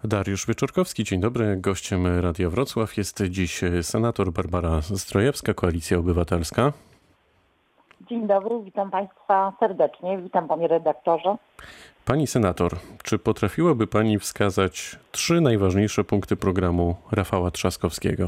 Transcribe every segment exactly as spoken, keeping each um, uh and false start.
Dariusz Wieczorkowski, dzień dobry. Gościem Radia Wrocław jest dziś senator Barbara Zdrojewska, Koalicja Obywatelska. Dzień dobry, witam Państwa serdecznie. Witam Panie redaktorze. Pani senator, czy potrafiłaby Pani wskazać trzy najważniejsze punkty programu Rafała Trzaskowskiego?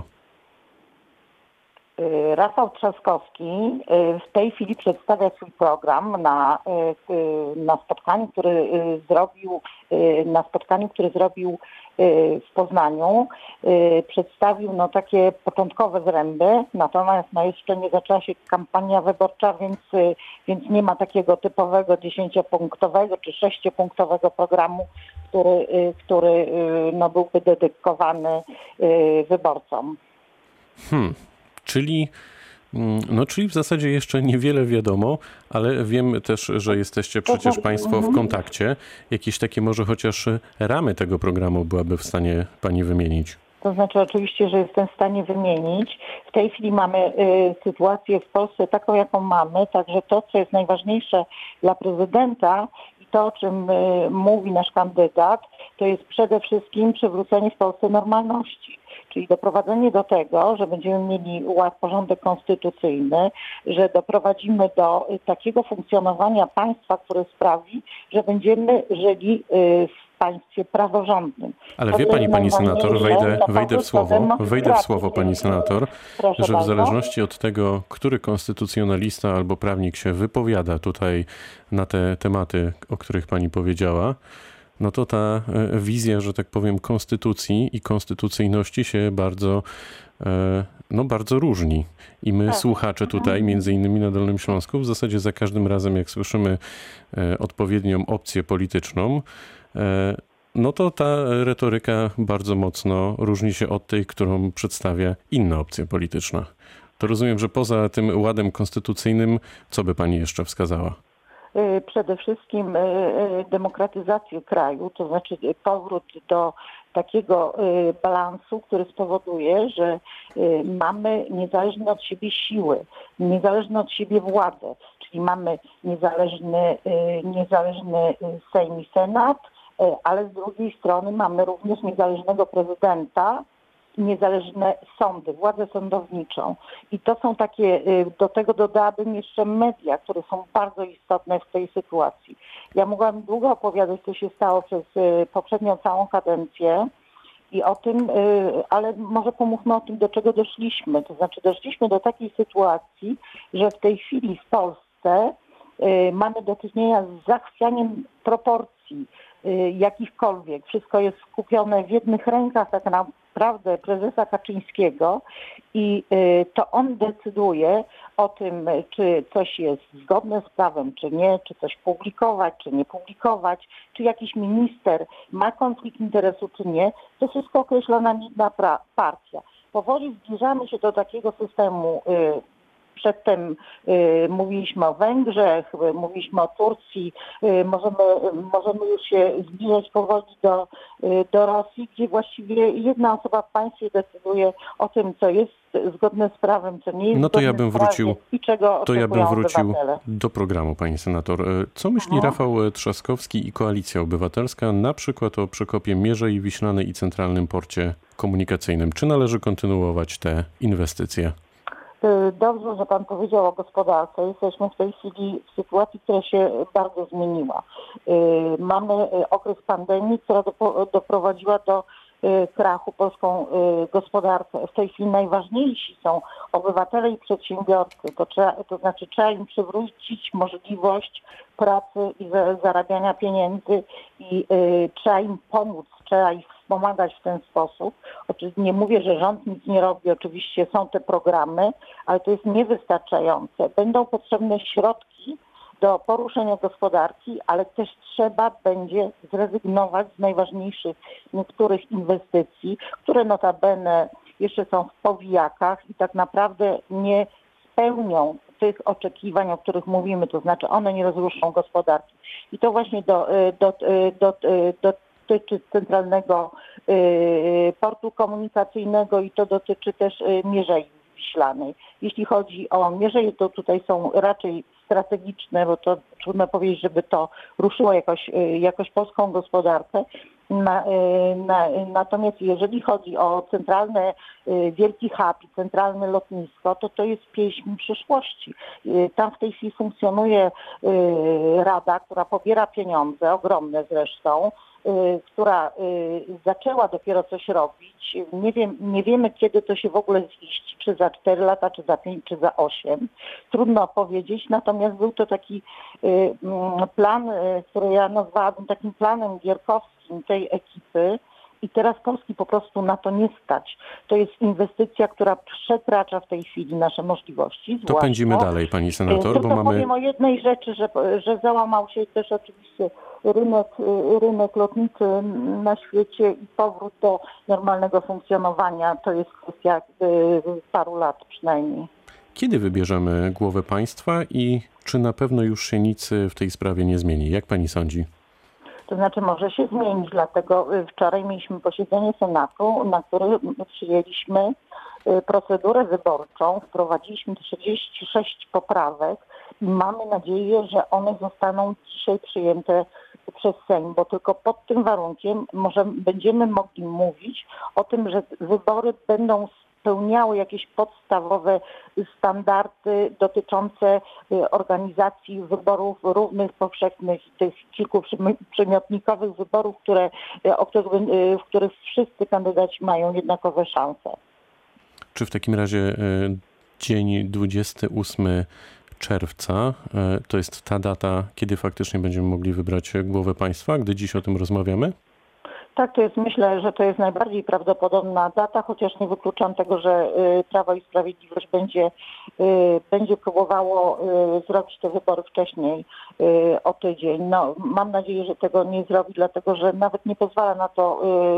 Rafał Trzaskowski w tej chwili przedstawia swój program na, na spotkaniu, który zrobił na spotkaniu, który zrobił w Poznaniu. Przedstawił no, takie początkowe zręby, natomiast no, jeszcze nie zaczęła się kampania wyborcza, więc, więc nie ma takiego typowego dziesięciopunktowego czy sześciopunktowego programu, który, który no, byłby dedykowany wyborcom. Hmm. Czyli, no, czyli w zasadzie jeszcze niewiele wiadomo, ale wiem też, że jesteście przecież Państwo w kontakcie. Jakieś takie może chociaż ramy tego programu byłaby w stanie Pani wymienić? To znaczy oczywiście, że jestem w stanie wymienić. W tej chwili mamy y, sytuację w Polsce taką, jaką mamy, także to, co jest najważniejsze dla prezydenta i to, o czym y, mówi nasz kandydat, to jest przede wszystkim przywrócenie w Polsce normalności. Czyli doprowadzenie do tego, że będziemy mieli ład, porządek konstytucyjny, że doprowadzimy do takiego funkcjonowania państwa, które sprawi, że będziemy żyli w państwie praworządnym. Ale wie Pani, Pani senator, wejdę, wejdę w słowo, wejdę w słowo Pani senator, że w zależności od tego, który konstytucjonalista albo prawnik się wypowiada tutaj na te tematy, o których Pani powiedziała, no to ta wizja, że tak powiem, konstytucji i konstytucyjności się bardzo, no bardzo różni. I my, tak. słuchacze tutaj, między innymi na Dolnym Śląsku, w zasadzie za każdym razem, jak słyszymy odpowiednią opcję polityczną, no to ta retoryka bardzo mocno różni się od tej, którą przedstawia inna opcja polityczna. To rozumiem, że poza tym ładem konstytucyjnym, co by Pani jeszcze wskazała? Przede wszystkim demokratyzację kraju, to znaczy powrót do takiego balansu, który spowoduje, że mamy niezależne od siebie siły, niezależne od siebie władzę, czyli mamy niezależny, niezależny Sejm i Senat, ale z drugiej strony mamy również niezależnego prezydenta, niezależne sądy, władzę sądowniczą. I to są takie, do tego dodałabym jeszcze media, które są bardzo istotne w tej sytuacji. Ja mogłam długo opowiadać, co się stało przez poprzednią całą kadencję i o tym, ale może pomówmy o tym, do czego doszliśmy. To znaczy doszliśmy do takiej sytuacji, że w tej chwili w Polsce mamy do czynienia z zachwianiem proporcji jakichkolwiek. Wszystko jest skupione w jednych rękach tak naprawdę prezesa Kaczyńskiego i to on decyduje o tym, czy coś jest zgodne z prawem, czy nie, czy coś publikować, czy nie publikować, czy jakiś minister ma konflikt interesu, czy nie. To wszystko określa nam jedna partia. Powoli zbliżamy się do takiego systemu. Przedtem y, mówiliśmy o Węgrzech, mówiliśmy o Turcji, y, możemy, możemy już się zbliżać powoli do, y, do Rosji, gdzie właściwie jedna osoba w państwie decyduje o tym, co jest zgodne z prawem, co nie jest no to zgodne ja bym z prawem wrócił, i czego to ja bym wrócił obywatele. do programu, Pani senator. Co myśli Aha. Rafał Trzaskowski i Koalicja Obywatelska na przykład o przekopie Mierzei Wiślanej i Centralnym Porcie Komunikacyjnym? Czy należy kontynuować te inwestycje? Dobrze, że Pan powiedział o gospodarce. Jesteśmy w tej chwili w sytuacji, która się bardzo zmieniła. Mamy okres pandemii, która doprowadziła do krachu polską gospodarkę. W tej chwili najważniejsi są obywatele i przedsiębiorcy. To, trzeba, to znaczy trzeba im przywrócić możliwość pracy i zarabiania pieniędzy i trzeba im pomóc, trzeba ich wspomagać w ten sposób. Oczywiście nie mówię, że rząd nic nie robi, oczywiście są te programy, ale to jest niewystarczające. Będą potrzebne środki do poruszenia gospodarki, ale też trzeba będzie zrezygnować z najważniejszych niektórych inwestycji, które notabene jeszcze są w powijakach i tak naprawdę nie spełnią tych oczekiwań, o których mówimy, to znaczy one nie rozruszą gospodarki. I to właśnie do, do, do, do dotyczy Centralnego Portu Komunikacyjnego i to dotyczy też Mierzei Wiślanej. Jeśli chodzi o Mierzeję, to tutaj są raczej strategiczne, bo to trudno powiedzieć, żeby to ruszyło jakoś, jakoś polską gospodarkę. Na, na, natomiast jeżeli chodzi o centralne wielki hub i centralne lotnisko, to to jest pieśń przyszłości. Tam w tej chwili funkcjonuje rada, która pobiera pieniądze, ogromne zresztą, która zaczęła dopiero coś robić. Nie wiem, nie wiemy, kiedy to się w ogóle ziści, czy za cztery lata, czy za pięć, czy za osiem. Trudno powiedzieć, natomiast był to taki plan, który ja nazwałabym takim planem gierkowskim tej ekipy. I teraz Polski po prostu na to nie stać. To jest inwestycja, która przekracza w tej chwili nasze możliwości. To pędzimy dalej, pani senator, Tylko bo mamy... powiem o jednej rzeczy, że, że załamał się też oczywiście rynek, rynek lotniczy na świecie i powrót do normalnego funkcjonowania to jest kwestia paru lat przynajmniej. Kiedy wybierzemy głowę państwa i czy na pewno już się nic w tej sprawie nie zmieni? Jak pani sądzi? To znaczy może się zmienić, dlatego wczoraj mieliśmy posiedzenie Senatu, na którym przyjęliśmy procedurę wyborczą, wprowadziliśmy trzydzieści sześć poprawek i mamy nadzieję, że one zostaną dzisiaj przyjęte przez Sejm, bo tylko pod tym warunkiem może będziemy mogli mówić o tym, że wybory będą spełniały jakieś podstawowe standardy dotyczące organizacji wyborów równych, powszechnych, tych kilku przymiotnikowych wyborów, które, o których, w których wszyscy kandydaci mają jednakowe szanse. Czy w takim razie dzień dwudziestego ósmego czerwca to jest ta data, kiedy faktycznie będziemy mogli wybrać głowę państwa, gdy dziś o tym rozmawiamy? Tak, to jest, myślę, że to jest najbardziej prawdopodobna data, chociaż nie wykluczam tego, że Prawo i Sprawiedliwość będzie, będzie próbowało zrobić te wybory wcześniej o tydzień. No, mam nadzieję, że tego nie zrobi, dlatego że nawet nie pozwala na to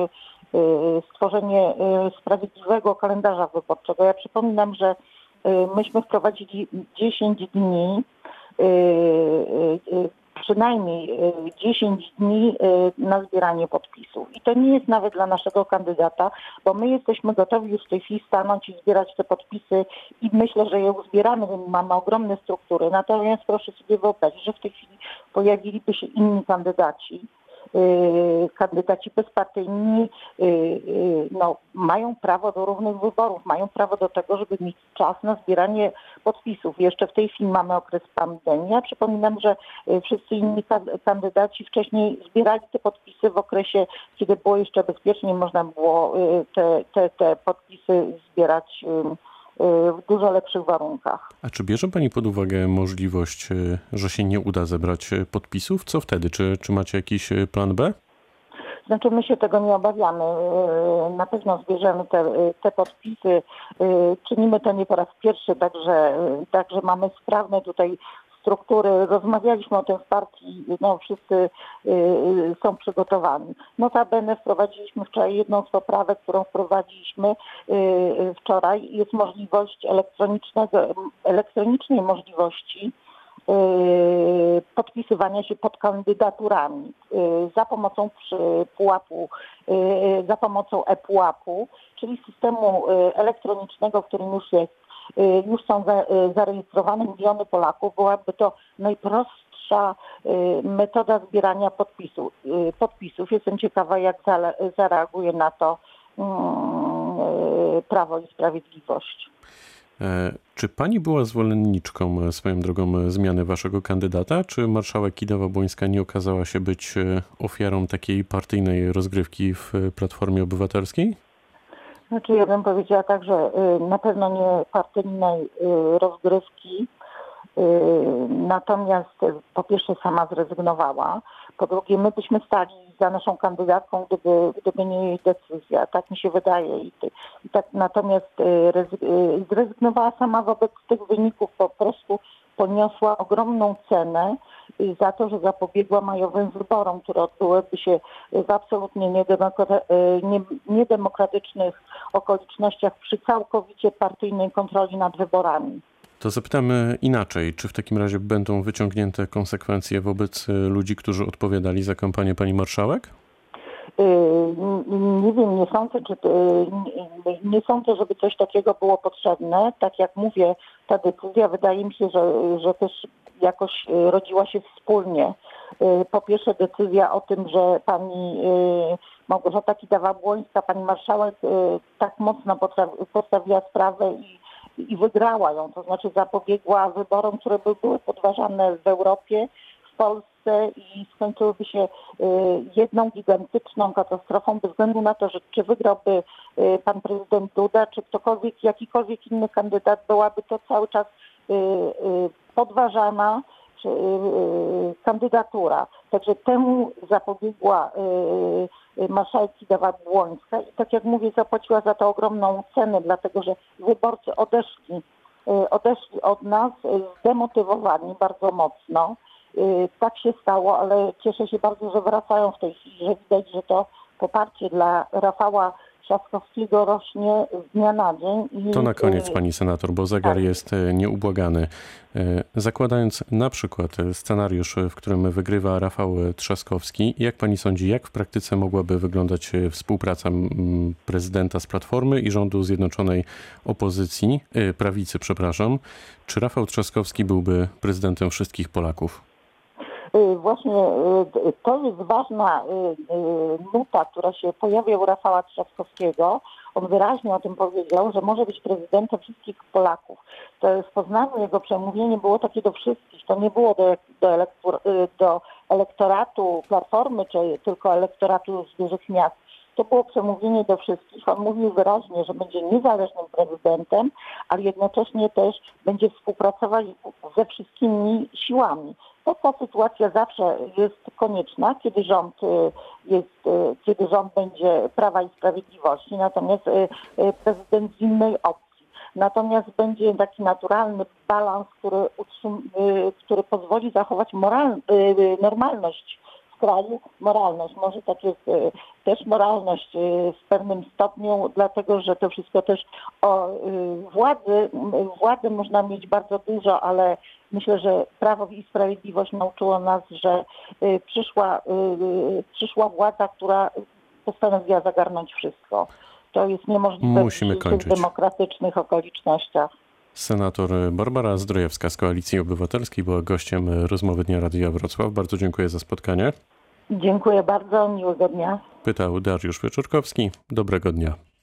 stworzenie sprawiedliwego kalendarza wyborczego. Ja przypominam, że myśmy wprowadzili dziesięć dni, przynajmniej dziesięć dni na zbieranie podpisów. I to nie jest nawet dla naszego kandydata, bo my jesteśmy gotowi już w tej chwili stanąć i zbierać te podpisy i myślę, że je uzbieramy, bo mamy ogromne struktury. Natomiast proszę sobie wyobrazić, że w tej chwili pojawiliby się inni kandydaci, kandydaci bezpartyjni, no, mają prawo do równych wyborów, mają prawo do tego, żeby mieć czas na zbieranie podpisów. Jeszcze w tej chwili mamy okres pandemii. Ja przypominam, że wszyscy inni kandydaci wcześniej zbierali te podpisy w okresie, kiedy było jeszcze bezpiecznie, można było te, te, te podpisy zbierać w dużo lepszych warunkach. A czy bierze pani pod uwagę możliwość, że się nie uda zebrać podpisów? Co wtedy? Czy, czy macie jakiś plan B? Znaczy my się tego nie obawiamy. Na pewno zbierzemy te, te podpisy. Czynimy to nie po raz pierwszy, także, także mamy sprawne tutaj struktury. Rozmawialiśmy o tym w partii, no wszyscy y, są przygotowani. Notabene wprowadziliśmy wczoraj jedną z poprawek, którą wprowadziliśmy y, wczoraj. Jest możliwość elektronicznego, elektronicznej możliwości y, podpisywania się pod kandydaturami y, za pomocą przy, pułapu, y, za pomocą e-pułapu, czyli systemu y, elektronicznego, w którym już jest już są zarejestrowane miliony Polaków. Byłaby to najprostsza metoda zbierania podpisów. podpisów. Jestem ciekawa, jak zareaguje na to Prawo i Sprawiedliwość. Czy pani była zwolenniczką swoją drogą zmiany waszego kandydata, czy marszałek Kidawa-Błońska nie okazała się być ofiarą takiej partyjnej rozgrywki w Platformie Obywatelskiej? Znaczy ja bym powiedziała tak, że na pewno nie partyjnej rozgrywki, natomiast po pierwsze sama zrezygnowała, po drugie my byśmy stali za naszą kandydatką, gdyby, gdyby nie jej decyzja, tak mi się wydaje. I, i tak natomiast zrezygnowała sama wobec tych wyników, po prostu poniosła ogromną cenę za to, że zapobiegła majowym wyborom, które odbyłyby się w absolutnie niedemokratycznych okolicznościach przy całkowicie partyjnej kontroli nad wyborami. To zapytamy inaczej. Czy w takim razie będą wyciągnięte konsekwencje wobec ludzi, którzy odpowiadali za kampanię pani marszałek? Nie wiem, nie sądzę, czy, nie sądzę, żeby coś takiego było potrzebne. Tak jak mówię, ta decyzja wydaje mi się, że, że też jakoś rodziła się wspólnie. Po pierwsze decyzja o tym, że pani Małgorzata Kidawa-Błońska, pani marszałek, tak mocno postawiła sprawę i, i wygrała ją, to znaczy zapobiegła wyborom, które by były podważane w Europie, w Polsce i skończyłyby się jedną gigantyczną katastrofą bez względu na to, że czy wygrałby pan prezydent Duda, czy ktokolwiek, jakikolwiek inny kandydat, byłaby to cały czas podważana kandydatura. Także temu zapobiegła marszałek Kidawa-Błońska i tak jak mówię, zapłaciła za to ogromną cenę, dlatego że wyborcy odeszli, odeszli od nas zdemotywowani bardzo mocno. Tak się stało, ale cieszę się bardzo, że wracają w tej chwili, że widać, że to poparcie dla Rafała Trzaskowskiego rośnie z dnia na dzień. I to na koniec, pani senator, bo zegar tak. jest nieubłagany. Zakładając na przykład scenariusz, w którym wygrywa Rafał Trzaskowski, jak pani sądzi, jak w praktyce mogłaby wyglądać współpraca prezydenta z Platformy i rządu Zjednoczonej Opozycji, Prawicy, przepraszam? Czy Rafał Trzaskowski byłby prezydentem wszystkich Polaków? Właśnie to jest ważna nuta, która się pojawia u Rafała Trzaskowskiego. On wyraźnie o tym powiedział, że może być prezydentem wszystkich Polaków. To w Poznaniu jego przemówienie było takie do wszystkich. To nie było do, do, elektor, do elektoratu Platformy, czy tylko elektoratu z dużych miast. To było przemówienie do wszystkich. On mówił wyraźnie, że będzie niezależnym prezydentem, ale jednocześnie też będzie współpracować ze wszystkimi siłami. Taka sytuacja zawsze jest konieczna, kiedy rząd jest, kiedy rząd będzie Prawa i Sprawiedliwości, natomiast prezydent z innej opcji. Natomiast będzie taki naturalny balans, który, utrzym, który pozwoli zachować moral, normalność w kraju, moralność. Może tak jest też moralność w pewnym stopniu, dlatego że to wszystko też o władzy, władzy można mieć bardzo dużo, ale myślę, że Prawo i Sprawiedliwość nauczyło nas, że przyszła, przyszła władza, która postanowiła zagarnąć wszystko. To jest niemożliwe Musimy w kończyć. demokratycznych okolicznościach. Senator Barbara Zdrojewska z Koalicji Obywatelskiej była gościem rozmowy Dnia Radia Wrocław. Bardzo dziękuję za spotkanie. Dziękuję bardzo, miłego dnia. Pytał Dariusz Wieczorkowski. Dobrego dnia.